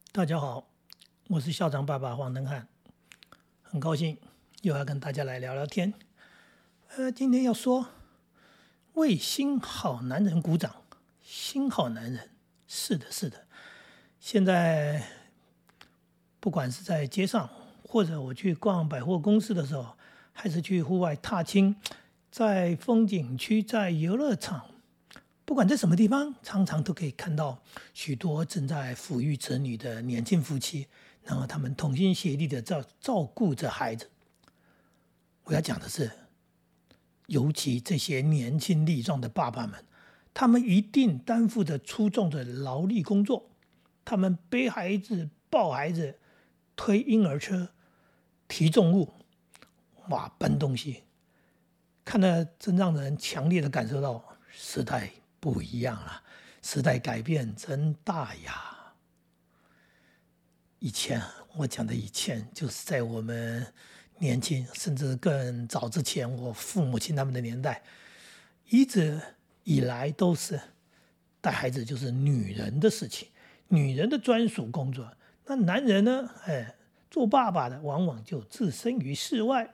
大家好，我是校长爸爸黄登汉，很高兴又要跟大家来聊聊天。今天要说为新好男人鼓掌，新好男人，是的，是的。现在不管是在街上，或者我去逛百货公司的时候，还是去户外踏青，在风景区，在游乐场，不管在什么地方，常常都可以看到许多正在抚育子女的年轻夫妻，然后他们同心协力的照顾着孩子。我要讲的是，尤其这些年轻力壮的爸爸们，他们一定担负着粗重的劳力工作，他们背孩子、抱孩子、推婴儿车、提重物，哇，搬东西，看了真让人强烈的感受到时代不一样了，时代改变真大呀！以前我讲的以前，就是在我们年轻甚至更早之前，我父母亲他们的年代，一直以来都是带孩子就是女人的事情，女人的专属工作。那男人呢，做爸爸的往往就置身于事外。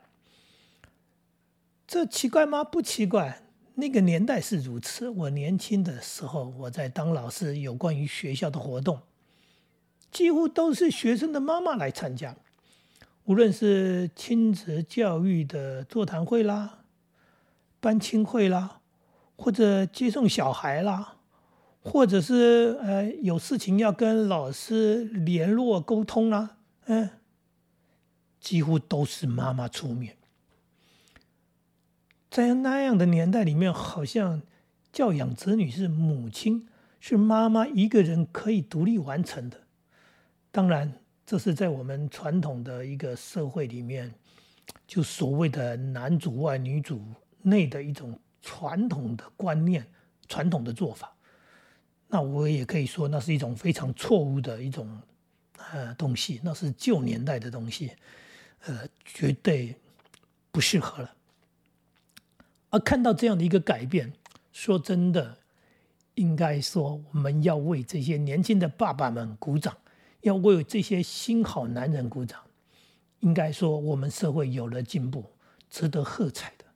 这奇怪吗？不奇怪。那个年代是如此。我年轻的时候，我在当老师，有关于学校的活动，几乎都是学生的妈妈来参加。无论是亲子教育的座谈会啦、班亲会啦，或者接送小孩啦，或者是有事情要跟老师联络沟通啦，几乎都是妈妈出面。在那样的年代里面，好像教养子女是母亲、是妈妈一个人可以独立完成的。当然，这是在我们传统的一个社会里面，就所谓的男主外女主内的一种传统的观念、传统的做法。那我也可以说，那是一种非常错误的一种东西，那是旧年代的东西，绝对不适合了。而看到这样的一个改变，说真的，应该说我们要为这些年轻的爸爸们鼓掌，要为这些新好男人鼓掌。应该说我们社会有了进步，值得喝彩的。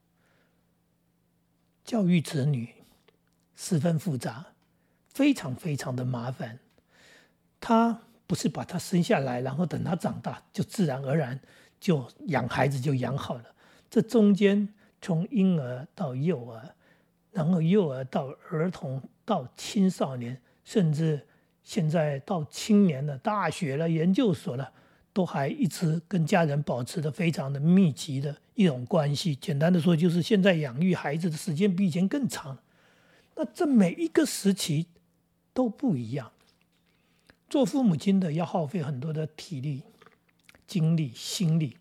教育子女十分复杂，非常非常的麻烦。他不是把他生下来，然后等他长大，就自然而然就养孩子就养好了。这中间从婴儿到幼儿，然后幼儿到儿童，到青少年，甚至现在到青年了、大学了、研究所了，都还一直跟家人保持的非常的密集的一种关系。简单的说，就是现在养育孩子的时间比以前更长。那这每一个时期都不一样。做父母亲的要耗费很多的体力、精力、心力。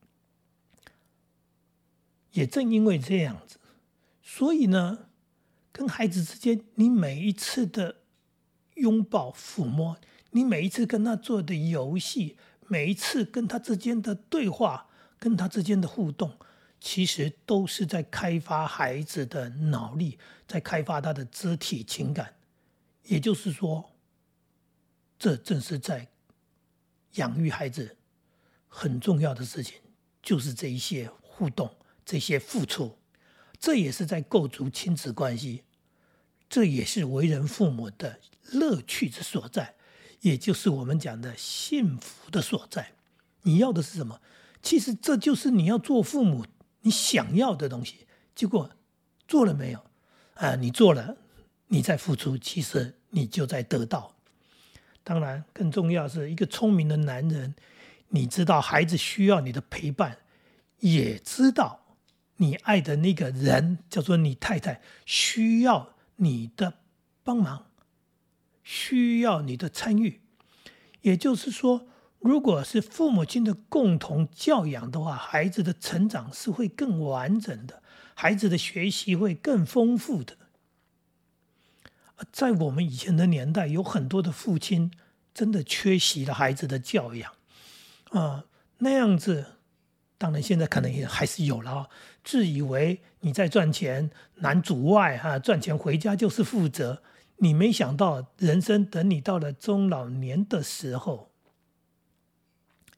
也正因为这样子，所以呢，跟孩子之间，你每一次的拥抱、抚摸，你每一次跟他做的游戏，每一次跟他之间的对话，跟他之间的互动，其实都是在开发孩子的脑力，在开发他的肢体情感。也就是说，这正是在养育孩子很重要的事情，就是这一些互动。这些付出，这也是在构筑亲子关系，这也是为人父母的乐趣之所在，也就是我们讲的幸福的所在。你要的是什么？其实这就是你要做父母你想要的东西。结果做了没有？你做了，你在付出，其实你就在得到。当然，更重要是一个聪明的男人，你知道孩子需要你的陪伴，也知道你爱的那个人，叫做你太太，需要你的帮忙，需要你的参与。也就是说，如果是父母亲的共同教养的话，孩子的成长是会更完整的，孩子的学习会更丰富的。在我们以前的年代，有很多的父亲真的缺席了孩子的教养那样子。当然，现在可能也还是有了自以为你在赚钱，男主外赚钱回家就是负责。你没想到，人生等你到了中老年的时候，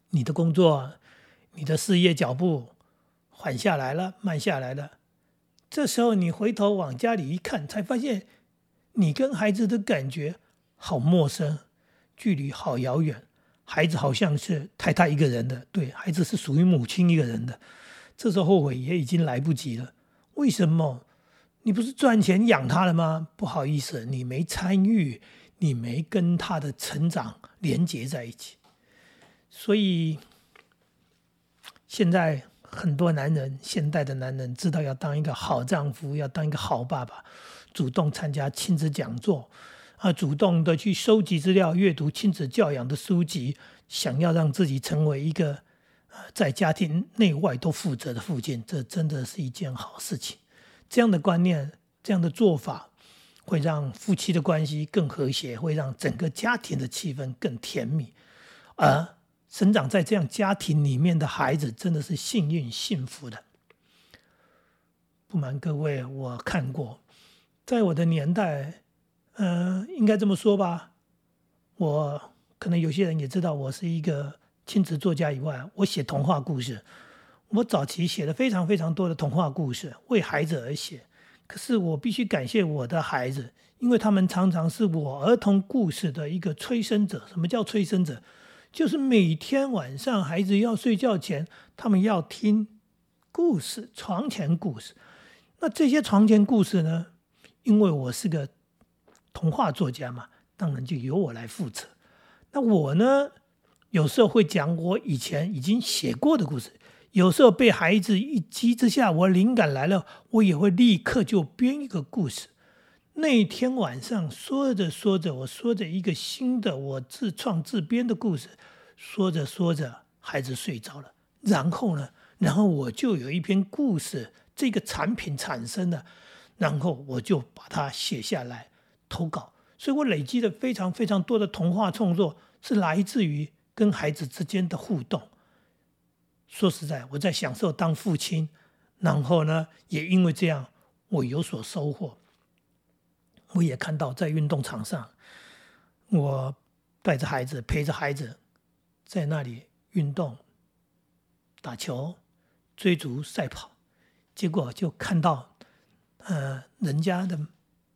你的工作、你的事业脚步缓下来了，慢下来了。这时候你回头往家里一看，才发现你跟孩子的感觉好陌生，距离好遥远。孩子好像是太太一个人的，对，孩子是属于母亲一个人的。这时候后悔也已经来不及了。为什么？你不是赚钱养他了吗？不好意思，你没参与，你没跟他的成长连结在一起。所以现在很多男人，现代的男人知道要当一个好丈夫，要当一个好爸爸，主动参加亲子讲座，主动的去收集资料，阅读亲子教养的书籍，想要让自己成为一个在家庭内外都负责的父亲，这真的是一件好事情。这样的观念，这样的做法，会让夫妻的关系更和谐，会让整个家庭的气氛更甜蜜。而生长在这样家庭里面的孩子，真的是幸运幸福的。不瞒各位，我看过，在我的年代，应该这么说吧，我可能有些人也知道，我是一个亲子作家以外，我写童话故事。我早期写了非常非常多的童话故事，为孩子而写。可是我必须感谢我的孩子，因为他们常常是我儿童故事的一个催生者。什么叫催生者？就是每天晚上孩子要睡觉前，他们要听故事，床前故事。那这些床前故事呢，因为我是个童话作家嘛，当然就由我来负责。那我呢，有时候会讲我以前已经写过的故事，有时候被孩子一激之下，我灵感来了，我也会立刻就编一个故事。那天晚上说着说着，我说着一个新的我自创自编的故事，说着说着，孩子睡着了。然后我就有一篇故事，这个产品产生了，然后我就把它写下来投稿。所以我累积了非常非常多的童话创作，是来自于跟孩子之间的互动。说实在，我在享受当父亲，然后呢，也因为这样，我有所收获。我也看到在运动场上，我带着孩子，陪着孩子，在那里运动、打球、追逐、赛跑，结果就看到，人家的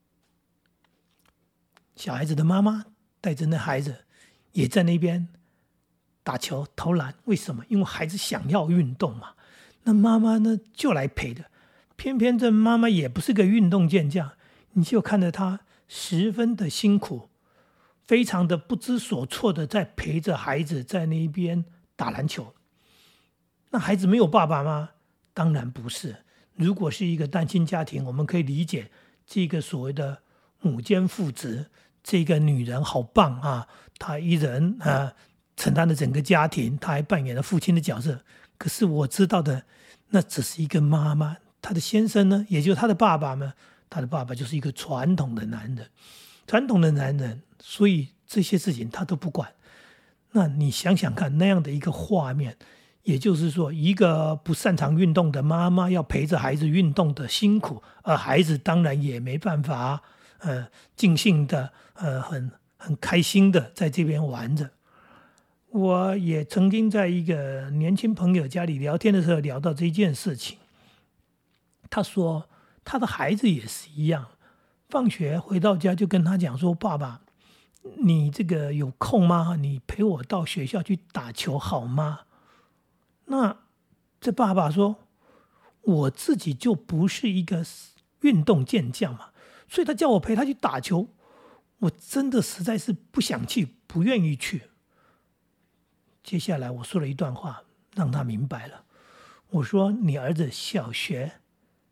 小孩子的妈妈带着那孩子，也在那边打球投篮。为什么？因为孩子想要运动嘛，那妈妈呢就来陪的。偏偏这妈妈也不是个运动健将，你就看着她十分的辛苦，非常的不知所措的在陪着孩子在那边打篮球。那孩子没有爸爸吗？当然不是。如果是一个单亲家庭，我们可以理解这个所谓的母兼父职，这个女人好棒啊，她一人承担了整个家庭，她还扮演了父亲的角色。可是我知道的，那只是一个妈妈，她的先生呢，也就是她的爸爸呢，她的爸爸就是一个传统的男人，所以这些事情他都不管。那你想想看，那样的一个画面，也就是说，一个不擅长运动的妈妈要陪着孩子运动的辛苦，而孩子当然也没办法尽兴的很开心的在这边玩着。我也曾经在一个年轻朋友家里聊天的时候聊到这件事情，他说他的孩子也是一样，放学回到家就跟他讲说，爸爸，你这个有空吗？你陪我到学校去打球好吗？那这爸爸说，我自己就不是一个运动健将嘛，所以他叫我陪他去打球，我真的实在是不想去，不愿意去。接下来我说了一段话，让他明白了。我说，你儿子小学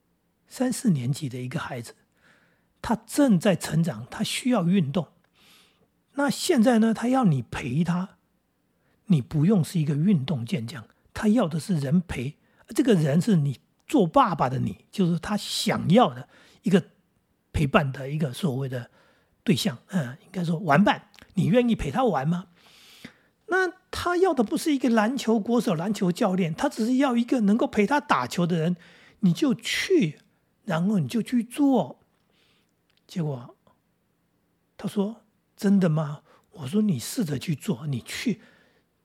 3、4年级的一个孩子，他正在成长，他需要运动。那现在呢，他要你陪他，你不用是一个运动健将，他要的是人陪。这个人是你做爸爸的你，就是他想要的一个陪伴的一个所谓的对象，应该说玩伴。你愿意陪他玩吗？那他要的不是一个篮球国手、篮球教练，他只是要一个能够陪他打球的人，你就去，然后你就去做。结果他说，真的吗？我说，你试着去做，你去，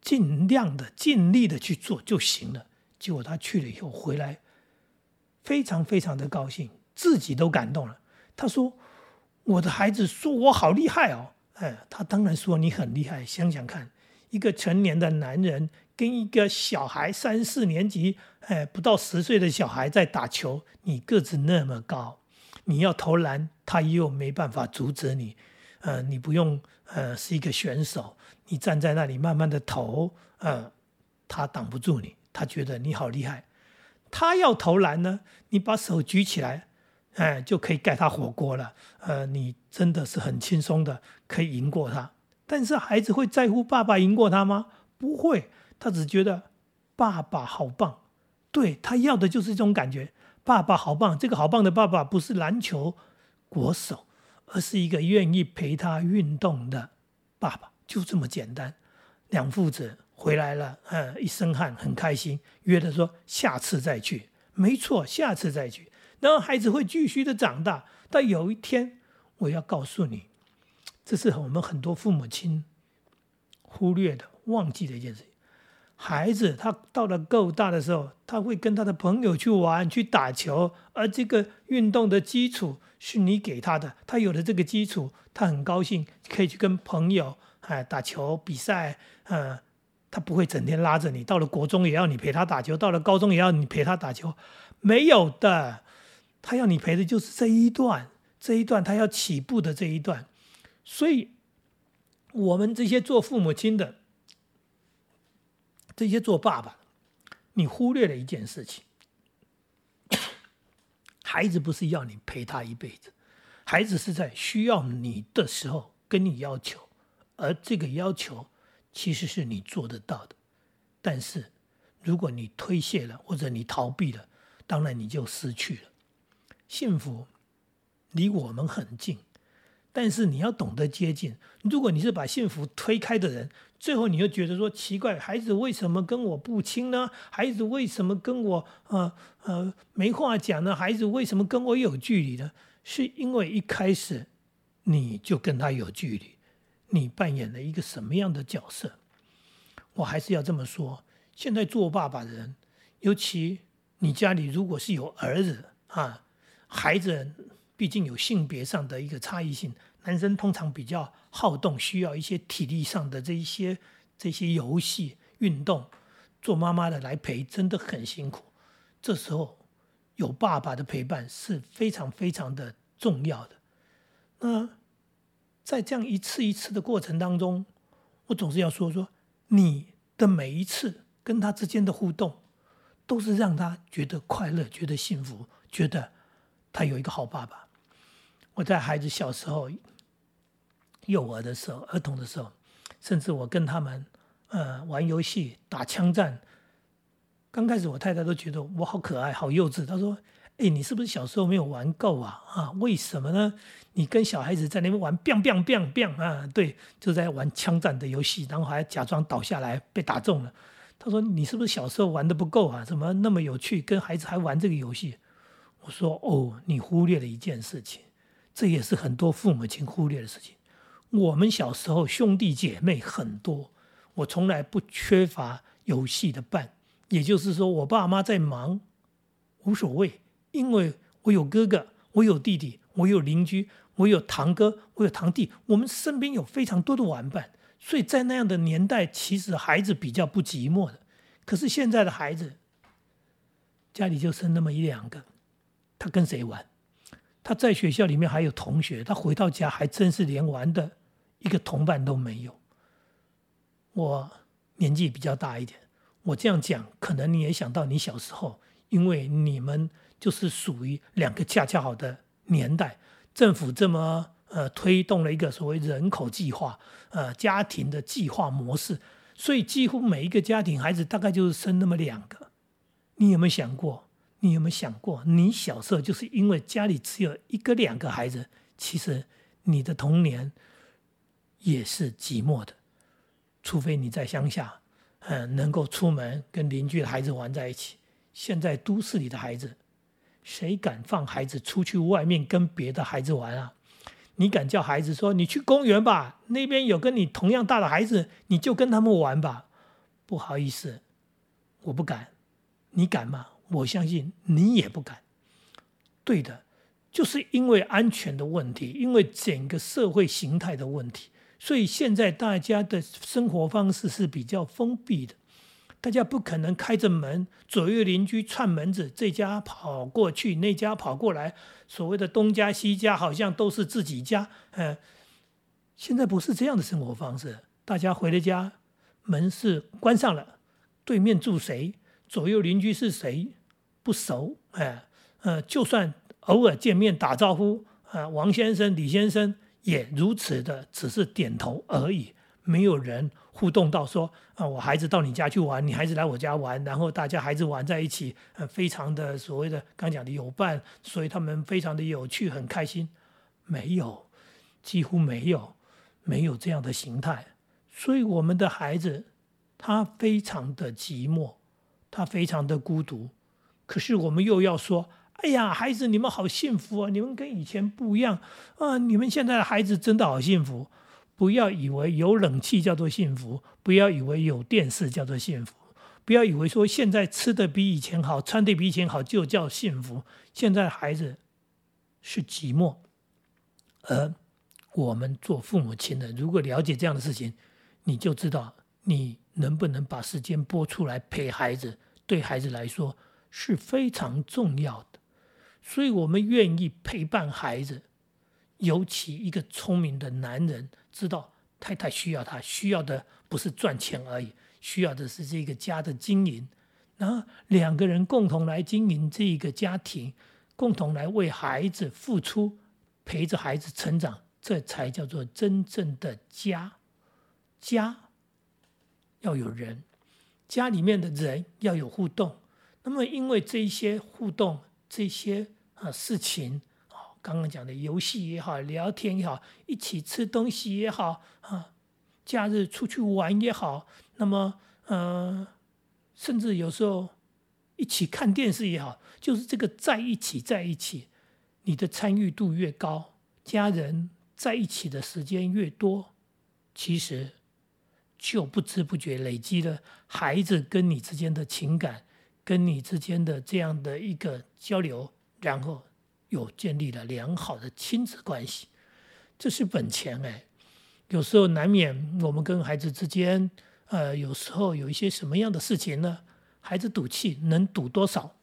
尽量的、尽力的去做就行了。结果他去了以后回来，非常非常的高兴，自己都感动了。他说：“我的孩子说我好厉害哦。”他当然说你很厉害。想想看，一个成年的男人跟一个小孩3、4年级，不到10岁的小孩在打球，你个子那么高，你要投篮，他又没办法阻止你。你不用是一个选手，你站在那里慢慢的投，他挡不住你，他觉得你好厉害。他要投篮呢，你把手举起来，就可以盖他火锅了。你真的是很轻松的可以赢过他。但是孩子会在乎爸爸赢过他吗？不会，他只觉得爸爸好棒。对，他要的就是这种感觉，爸爸好棒。这个好棒的爸爸不是篮球国手，而是一个愿意陪他运动的爸爸，就这么简单。两父子回来了，一身汗，很开心，约着说下次再去。没错，下次再去。然后孩子会继续的长大，但有一天我要告诉你，这是我们很多父母亲忽略的、忘记的一件事情。孩子他到了够大的时候，他会跟他的朋友去玩、去打球，而这个运动的基础是你给他的。他有了这个基础，他很高兴可以去跟朋友打球比赛。他不会整天拉着你，到了国中也要你陪他打球，到了高中也要你陪他打球，没有的。他要你陪的就是这一段他要起步的这一段。所以我们这些做父母亲的，这些做爸爸，你忽略了一件事情，孩子不是要你陪他一辈子，孩子是在需要你的时候跟你要求，而这个要求其实是你做得到的。但是如果你推卸了，或者你逃避了，当然你就失去了。幸福离我们很近，但是你要懂得接近。如果你是把幸福推开的人，最后你又觉得说奇怪，孩子为什么跟我不亲呢？孩子为什么跟我没话讲呢？孩子为什么跟我有距离呢？是因为一开始你就跟他有距离，你扮演了一个什么样的角色？我还是要这么说，现在做爸爸的人，尤其你家里如果是有儿子孩子毕竟有性别上的一个差异性，男生通常比较好动，需要一些体力上的这些游戏运动，做妈妈的来陪真的很辛苦。这时候有爸爸的陪伴是非常非常的重要的。那在这样一次一次的过程当中，我总是要说你的每一次跟他之间的互动，都是让他觉得快乐，觉得幸福，觉得他有一个好爸爸。我在孩子小时候、幼儿的时候、儿童的时候，甚至我跟他们玩游戏、打枪战，刚开始我太太都觉得我好可爱、好幼稚。她说：“你是不是小时候没有玩够啊？为什么呢？你跟小孩子在那边玩 biang biang biang biang 啊，对，就在玩枪战的游戏，然后还假装倒下来被打中了。”她说：“你是不是小时候玩得不够啊？怎么那么有趣，跟孩子还玩这个游戏？”我说：“你忽略了一件事情，这也是很多父母亲忽略的事情。我们小时候兄弟姐妹很多，我从来不缺乏游戏的伴。也就是说，我爸妈在忙无所谓，因为我有哥哥，我有弟弟，我有邻居，我有堂哥，我有堂弟，我们身边有非常多的玩伴。所以在那样的年代，其实孩子比较不寂寞的。可是现在的孩子，家里就生那么1-2个，他跟谁玩？他在学校里面还有同学，他回到家还真是连玩的一个同伴都没有。我年纪比较大一点，我这样讲，可能你也想到你小时候，因为你们就是属于2个恰恰好的年代，政府这么推动了一个所谓人口计划，家庭的计划模式，所以几乎每一个家庭孩子大概就是生那么2个。你有没有想过？你小时候就是因为家里只有1个2个孩子，其实你的童年也是寂寞的，除非你在乡下，能够出门跟邻居的孩子玩在一起。现在都市里的孩子，谁敢放孩子出去外面跟别的孩子玩啊？你敢叫孩子说你去公园吧，那边有跟你同样大的孩子，你就跟他们玩吧？ 不好意思，我不敢。你敢吗？我相信你也不敢。对的，就是因为安全的问题，因为整个社会形态的问题，所以现在大家的生活方式是比较封闭的。大家不可能开着门，左右邻居串门子，这家跑过去，那家跑过来，所谓的东家西家好像都是自己家。现在不是这样的生活方式，大家回了家，门是关上了，对面住谁，左右邻居是谁，不熟。就算偶尔见面打招呼，王先生、李先生也如此的，只是点头而已，没有人互动到说我孩子到你家去玩，你孩子来我家玩，然后大家孩子玩在一起，非常的所谓的刚讲的有伴，所以他们非常的有趣，很开心。没有，几乎没有这样的形态。所以我们的孩子他非常的寂寞，他非常的孤独。可是我们又要说，哎呀，孩子你们好幸福啊，你们跟以前不一样啊，你们现在的孩子真的好幸福。不要以为有冷气叫做幸福，不要以为有电视叫做幸福，不要以为说现在吃的比以前好，穿的比以前好就叫幸福。现在的孩子是寂寞，而我们做父母亲的，如果了解这样的事情，你就知道你能不能把时间拨出来陪孩子，对孩子来说是非常重要的。所以我们愿意陪伴孩子，尤其一个聪明的男人知道太太需要他，需要的不是赚钱而已，需要的是这个家的经营。然后两个人共同来经营这个家庭，共同来为孩子付出，陪着孩子成长，这才叫做真正的家。家要有人，家里面的人要有互动。那么因为这些互动，这些事情，刚刚讲的游戏也好，聊天也好，一起吃东西也好，假日出去玩也好，那么甚至有时候一起看电视也好，就是这个在一起，你的参与度越高，家人在一起的时间越多，其实就不知不觉累积了孩子跟你之间的情感，跟你之间的这样的一个交流，然后有建立了良好的亲子关系，这是本钱。有时候难免我们跟孩子之间，有时候有一些什么样的事情呢？孩子赌气能赌多少？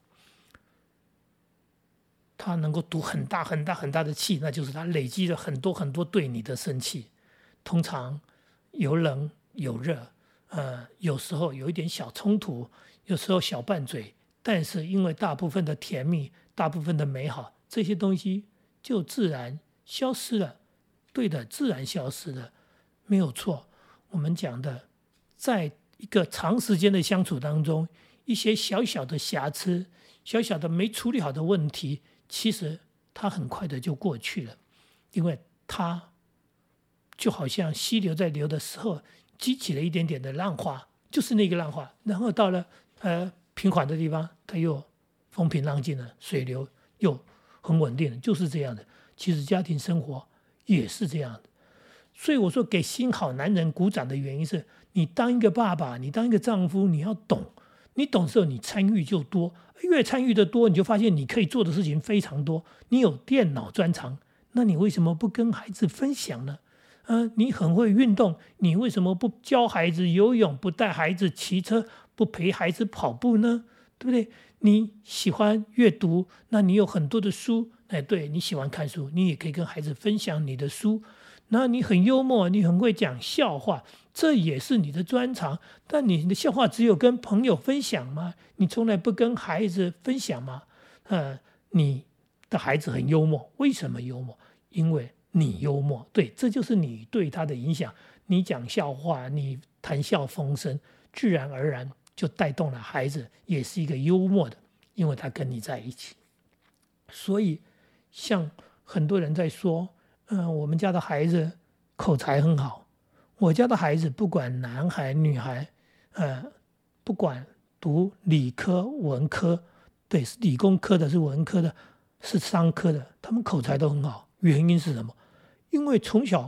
他能够赌很大很大很大的气，那就是他累积了很多很多对你的生气。通常有冷有热，有时候有一点小冲突，有时候小拌嘴，但是因为大部分的甜蜜，大部分的美好，这些东西就自然消失了。对的，自然消失了，没有错。我们讲的，在一个长时间的相处当中，一些小小的瑕疵，小小的没处理好的问题，其实它很快的就过去了，因为它就好像溪流在流的时候激起了一点点的浪花，就是那个浪花，然后到了平缓的地方，它又风平浪静了，水流又很稳定了，就是这样的。其实家庭生活也是这样的。所以我说给新好男人鼓掌的原因是，你当一个爸爸，你当一个丈夫，你要懂，你懂的时候你参与就多，越参与的多，你就发现你可以做的事情非常多。你有电脑专长，那你为什么不跟孩子分享呢？你很会运动，你为什么不教孩子游泳，不带孩子骑车，不陪孩子跑步呢？对不对？你喜欢阅读，那你有很多的书，对，你喜欢看书，你也可以跟孩子分享你的书。那你很幽默，你很会讲笑话，这也是你的专长。但你的笑话只有跟朋友分享吗？你从来不跟孩子分享吗？你的孩子很幽默，为什么幽默？因为你幽默，对，这就是你对他的影响。你讲笑话，你谈笑风生，自然而然就带动了孩子，也是一个幽默的，因为他跟你在一起。所以，像很多人在说，我们家的孩子口才很好。我家的孩子不管男孩女孩，不管读理科文科，对，是理工科的，是文科的，是商科的，他们口才都很好。原因是什么？因为从小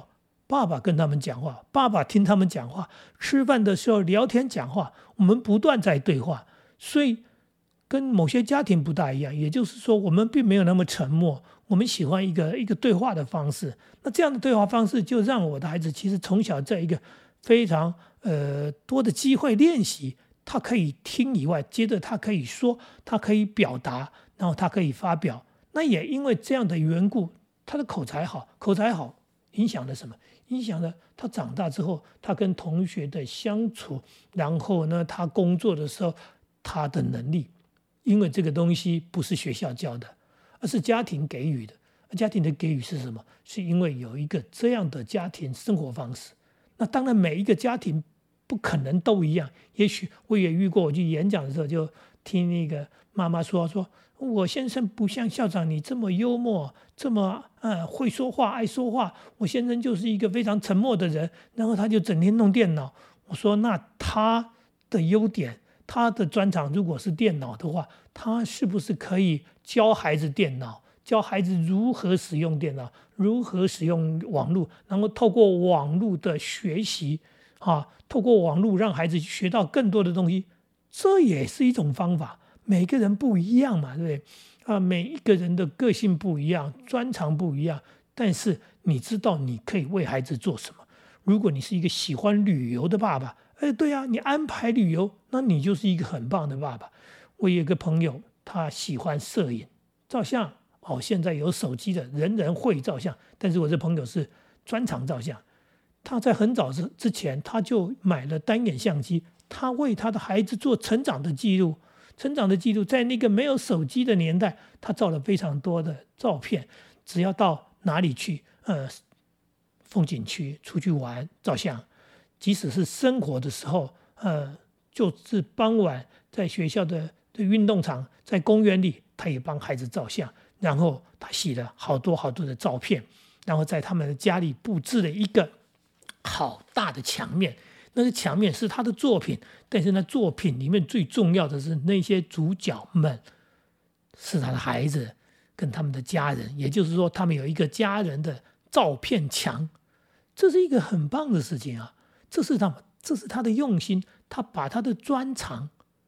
爸爸跟他们讲话，爸爸听他们讲话，吃饭的时候聊天讲话，我们不断在对话，所以跟某些家庭不大一样，也就是说我们并没有那么沉默，我们喜欢一个对话的方式。那这样的对话方式就让我的孩子其实从小在一个非常多的机会练习，他可以听以外，接着他可以说，他可以表达，然后他可以发表。那也因为这样的缘故，他的口才好，口才好影响了什么？影响了他长大之后，他跟同学的相处，然后呢，他工作的时候他的能力。因为这个东西不是学校教的，而是家庭给予的。家庭的给予是什么？是因为有一个这样的家庭生活方式。那当然每一个家庭不可能都一样，也许我也遇过，我去演讲的时候就听那个妈妈说我先生不像校长你这么幽默，这么会说话爱说话，我先生就是一个非常沉默的人，然后他就整天弄电脑。我说那他的优点，他的专长如果是电脑的话，他是不是可以教孩子电脑，教孩子如何使用电脑，如何使用网络，然后透过网络的学习透过网络让孩子学到更多的东西，这也是一种方法。每个人不一样嘛，对不对？每一个人的个性不一样，专长不一样，但是你知道你可以为孩子做什么。如果你是一个喜欢旅游的爸爸，对啊，你安排旅游，那你就是一个很棒的爸爸。我有一个朋友，他喜欢摄影、照相。现在有手机的，人人会照相，但是我这朋友是专长照相。他在很早之前，他就买了单眼相机，他为他的孩子做成长的记录。成长的记录，在那个没有手机的年代，他照了非常多的照片。只要到哪里去，风景区出去玩照相，即使是生活的时候，就是傍晚在学校的运动场，在公园里，他也帮孩子照相。然后他洗了好多好多的照片，然后在他们的家里布置了一个好大的墙面。那个墙面是他的作品，但是那作品里面最重要的是那些主角们是他的孩子跟他们的家人，也就是说他们有一个家人的照片墙。这是一个很棒的事情啊！这是他的用心，他把他的专长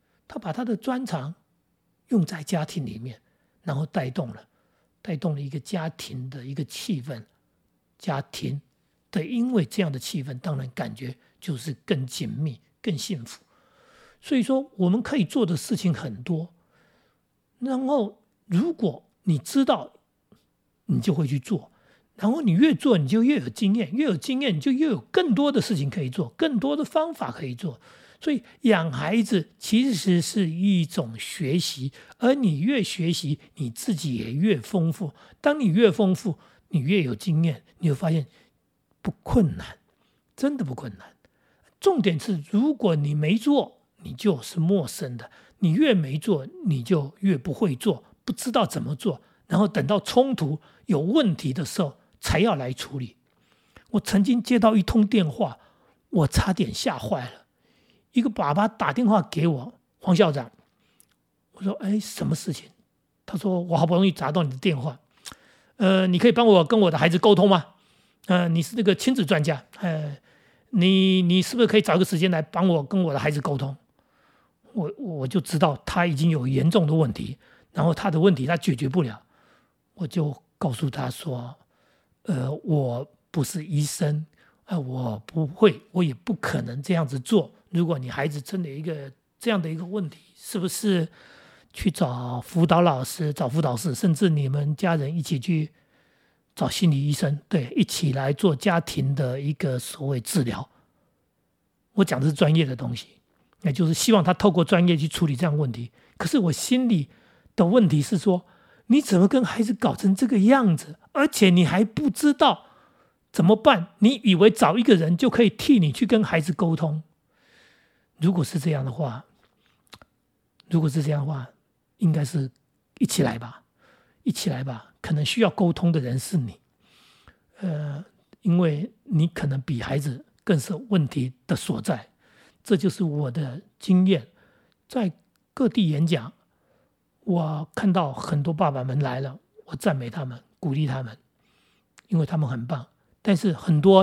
用在家庭里面，然后带动了一个家庭的一个气氛。家庭的因为这样的气氛，当然感觉就是更紧密更幸福。所以说我们可以做的事情很多，然后如果你知道，你就会去做，然后你越做你就越有经验，越有经验你就越有更多的事情可以做，更多的方法可以做。所以养孩子其实是一种学习，而你越学习你自己也越丰富。当你越丰富，你越有经验，你会发现不困难，真的不困难。重点是如果你没做，你就是陌生的，你越没做你就越不会做，不知道怎么做，然后等到冲突有问题的时候才要来处理。我曾经接到一通电话，我差点吓坏了。一个爸爸打电话给我，黄校长，我说什么事情？他说我好不容易打到你的电话，你可以帮我跟我的孩子沟通吗？你是那个亲子专家，你是不是可以找个时间来帮我跟我的孩子沟通？我就知道他已经有严重的问题，然后他的问题他解决不了，我就告诉他说，我不是医生，我不会，我也不可能这样子做。如果你孩子真的有一个这样的一个问题，是不是去找辅导老师、找辅导室，甚至你们家人一起去找心理医生，对，一起来做家庭的一个所谓治疗。我讲的是专业的东西，也就是希望他透过专业去处理这样的问题。可是我心里的问题是说，你怎么跟孩子搞成这个样子，而且你还不知道怎么办？你以为找一个人就可以替你去跟孩子沟通？如果是这样的话，应该是一起来吧，可能需要沟通的人是你，因为你可能比孩子更是问题的所在。这就是我的经验，在各地演讲，我看到很多爸爸们来了，我赞美他们，鼓励他们，因为他们很棒。但是很多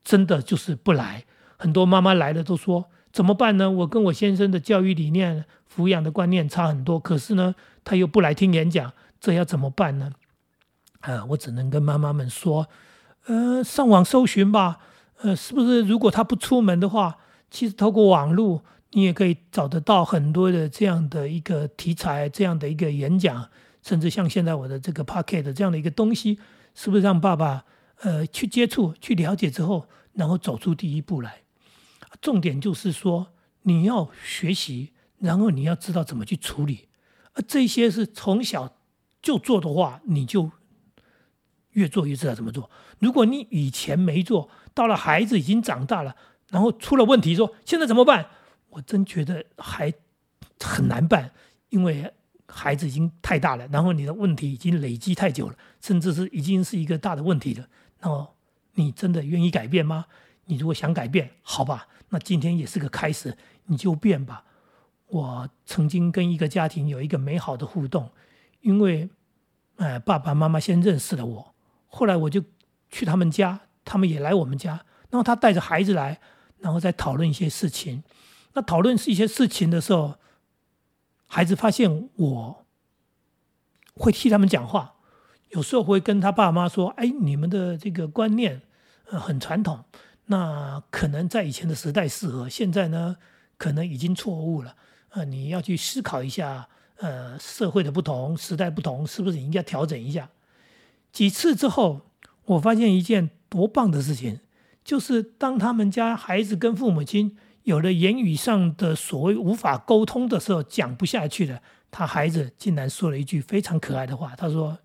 真的就是不来。很多妈妈来了都说怎么办呢？我跟我先生的教育理念、抚养的观念差很多，可是呢，他又不来听演讲，这要怎么办呢？我只能跟妈妈们说，上网搜寻吧。是不是如果他不出门的话，其实透过网络，你也可以找得到很多的这样的一个题材，这样的一个演讲，甚至像现在我的这个 Podcast 这样的一个东西，是不是让爸爸去接触、去了解之后，然后走出第一步来？重点就是说，你要学习，然后你要知道怎么去处理。这些是从小就做的话，你就越做越知道怎么做。如果你以前没做，到了孩子已经长大了，然后出了问题说现在怎么办？我真觉得还很难办，因为孩子已经太大了，然后你的问题已经累积太久了，甚至是已经是一个大的问题了。然后你真的愿意改变吗？你如果想改变，好吧，那今天也是个开始，你就变吧。我曾经跟一个家庭有一个美好的互动，因为爸爸妈妈先认识了我，后来我就去他们家，他们也来我们家，然后他带着孩子来，然后再讨论一些事情。那讨论一些事情的时候，孩子发现我会替他们讲话，有时候会跟他爸妈说：“哎，你们的这个观念很传统，那可能在以前的时代适合，现在呢可能已经错误了。你要去思考一下，社会的不同，时代不同，是不是你应该调整一下？”几次之后，我发现一件多棒的事情，就是当他们家孩子跟父母亲有了言语上的所谓无法沟通的时候，讲不下去了，他孩子竟然说了一句非常可爱的话，他说：“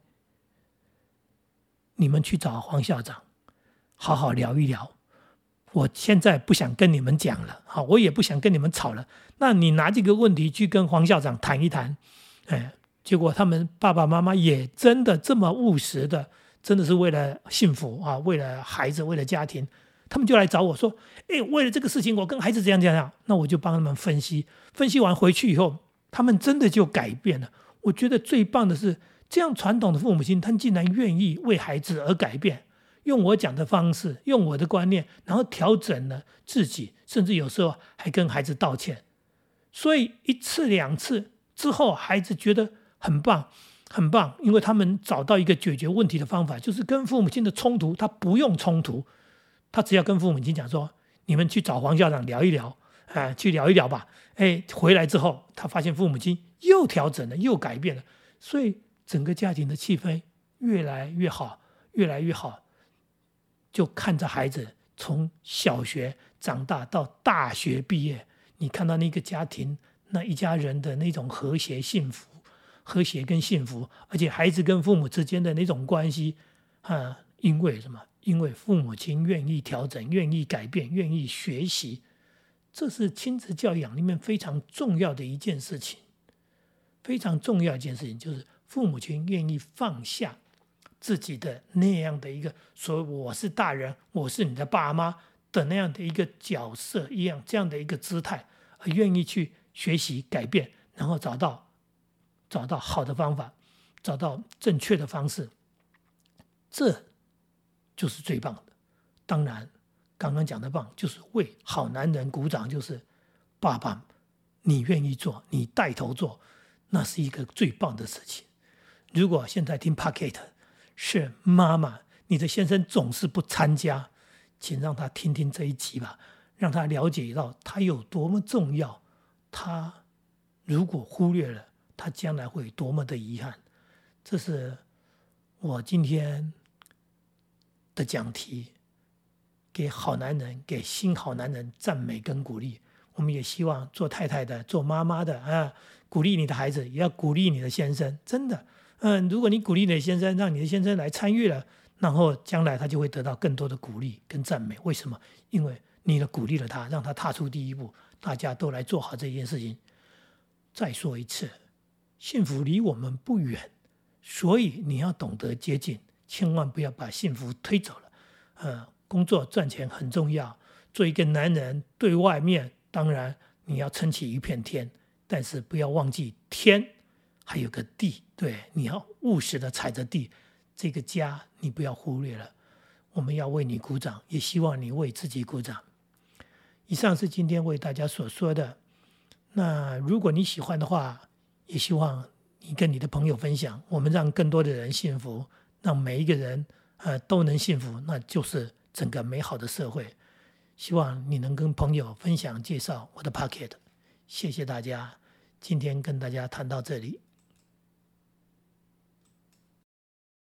你们去找黄校长，好好聊一聊。我现在不想跟你们讲了，好，我也不想跟你们吵了。那你拿这个问题去跟黄校长谈一谈。”结果他们爸爸妈妈也真的这么务实的，真的是为了幸福啊，为了孩子，为了家庭，他们就来找我说：“为了这个事情，我跟孩子这样这样。”那我就帮他们分析，分析完回去以后，他们真的就改变了。我觉得最棒的是，这样传统的父母亲，他竟然愿意为孩子而改变，用我讲的方式，用我的观念，然后调整了自己，甚至有时候还跟孩子道歉。所以一次两次之后，孩子觉得很棒，很棒，因为他们找到一个解决问题的方法，就是跟父母亲的冲突，他不用冲突，他只要跟父母亲讲说：“你们去找黄校长聊一聊，去聊一聊吧。”回来之后，他发现父母亲又调整了，又改变了，所以整个家庭的气氛越来越好，越来越好。就看着孩子从小学长大到大学毕业，你看到那个家庭，那一家人的那种和谐幸福，和谐跟幸福，而且孩子跟父母之间的那种关系，因为什么？因为父母亲愿意调整，愿意改变，愿意学习，这是亲子教养里面非常重要的一件事情。非常重要的一件事情就是父母亲愿意放下自己的那样的一个所谓我是大人，我是你的爸妈的那样的一个角色一样，这样的一个姿态，愿意去学习改变，然后找到好的方法，找到正确的方式，这就是最棒的。当然刚刚讲的棒就是为好男人鼓掌，就是爸爸你愿意做，你带头做，那是一个最棒的事情。如果现在听 Podcast 是妈妈，你的先生总是不参加，请让他听听这一集吧，让他了解到他有多么重要，他如果忽略了，他将来会多么的遗憾。这是我今天的讲题，给好男人，给新好男人赞美跟鼓励。我们也希望做太太的，做妈妈的鼓励你的孩子，也要鼓励你的先生。真的，如果你鼓励你的先生，让你的先生来参与了，然后将来他就会得到更多的鼓励跟赞美。为什么？因为你的鼓励了他，让他踏出第一步，大家都来做好这件事情。再说一次，幸福离我们不远，所以你要懂得接近，千万不要把幸福推走了。工作赚钱很重要，做一个男人对外面当然你要撑起一片天，但是不要忘记天还有个地，对，你要务实的踩着地，这个家你不要忽略了。 我们要为你鼓掌，也希望你为自己鼓掌。以上是今天为大家所说的。那如果你喜欢的话，也希望你跟你的朋友分享，我们让更多的人幸福，让每一个人都能幸福，那就是整个美好的社会。希望你能跟朋友分享介绍我的 Podcast。谢谢大家，今天跟大家谈到这里。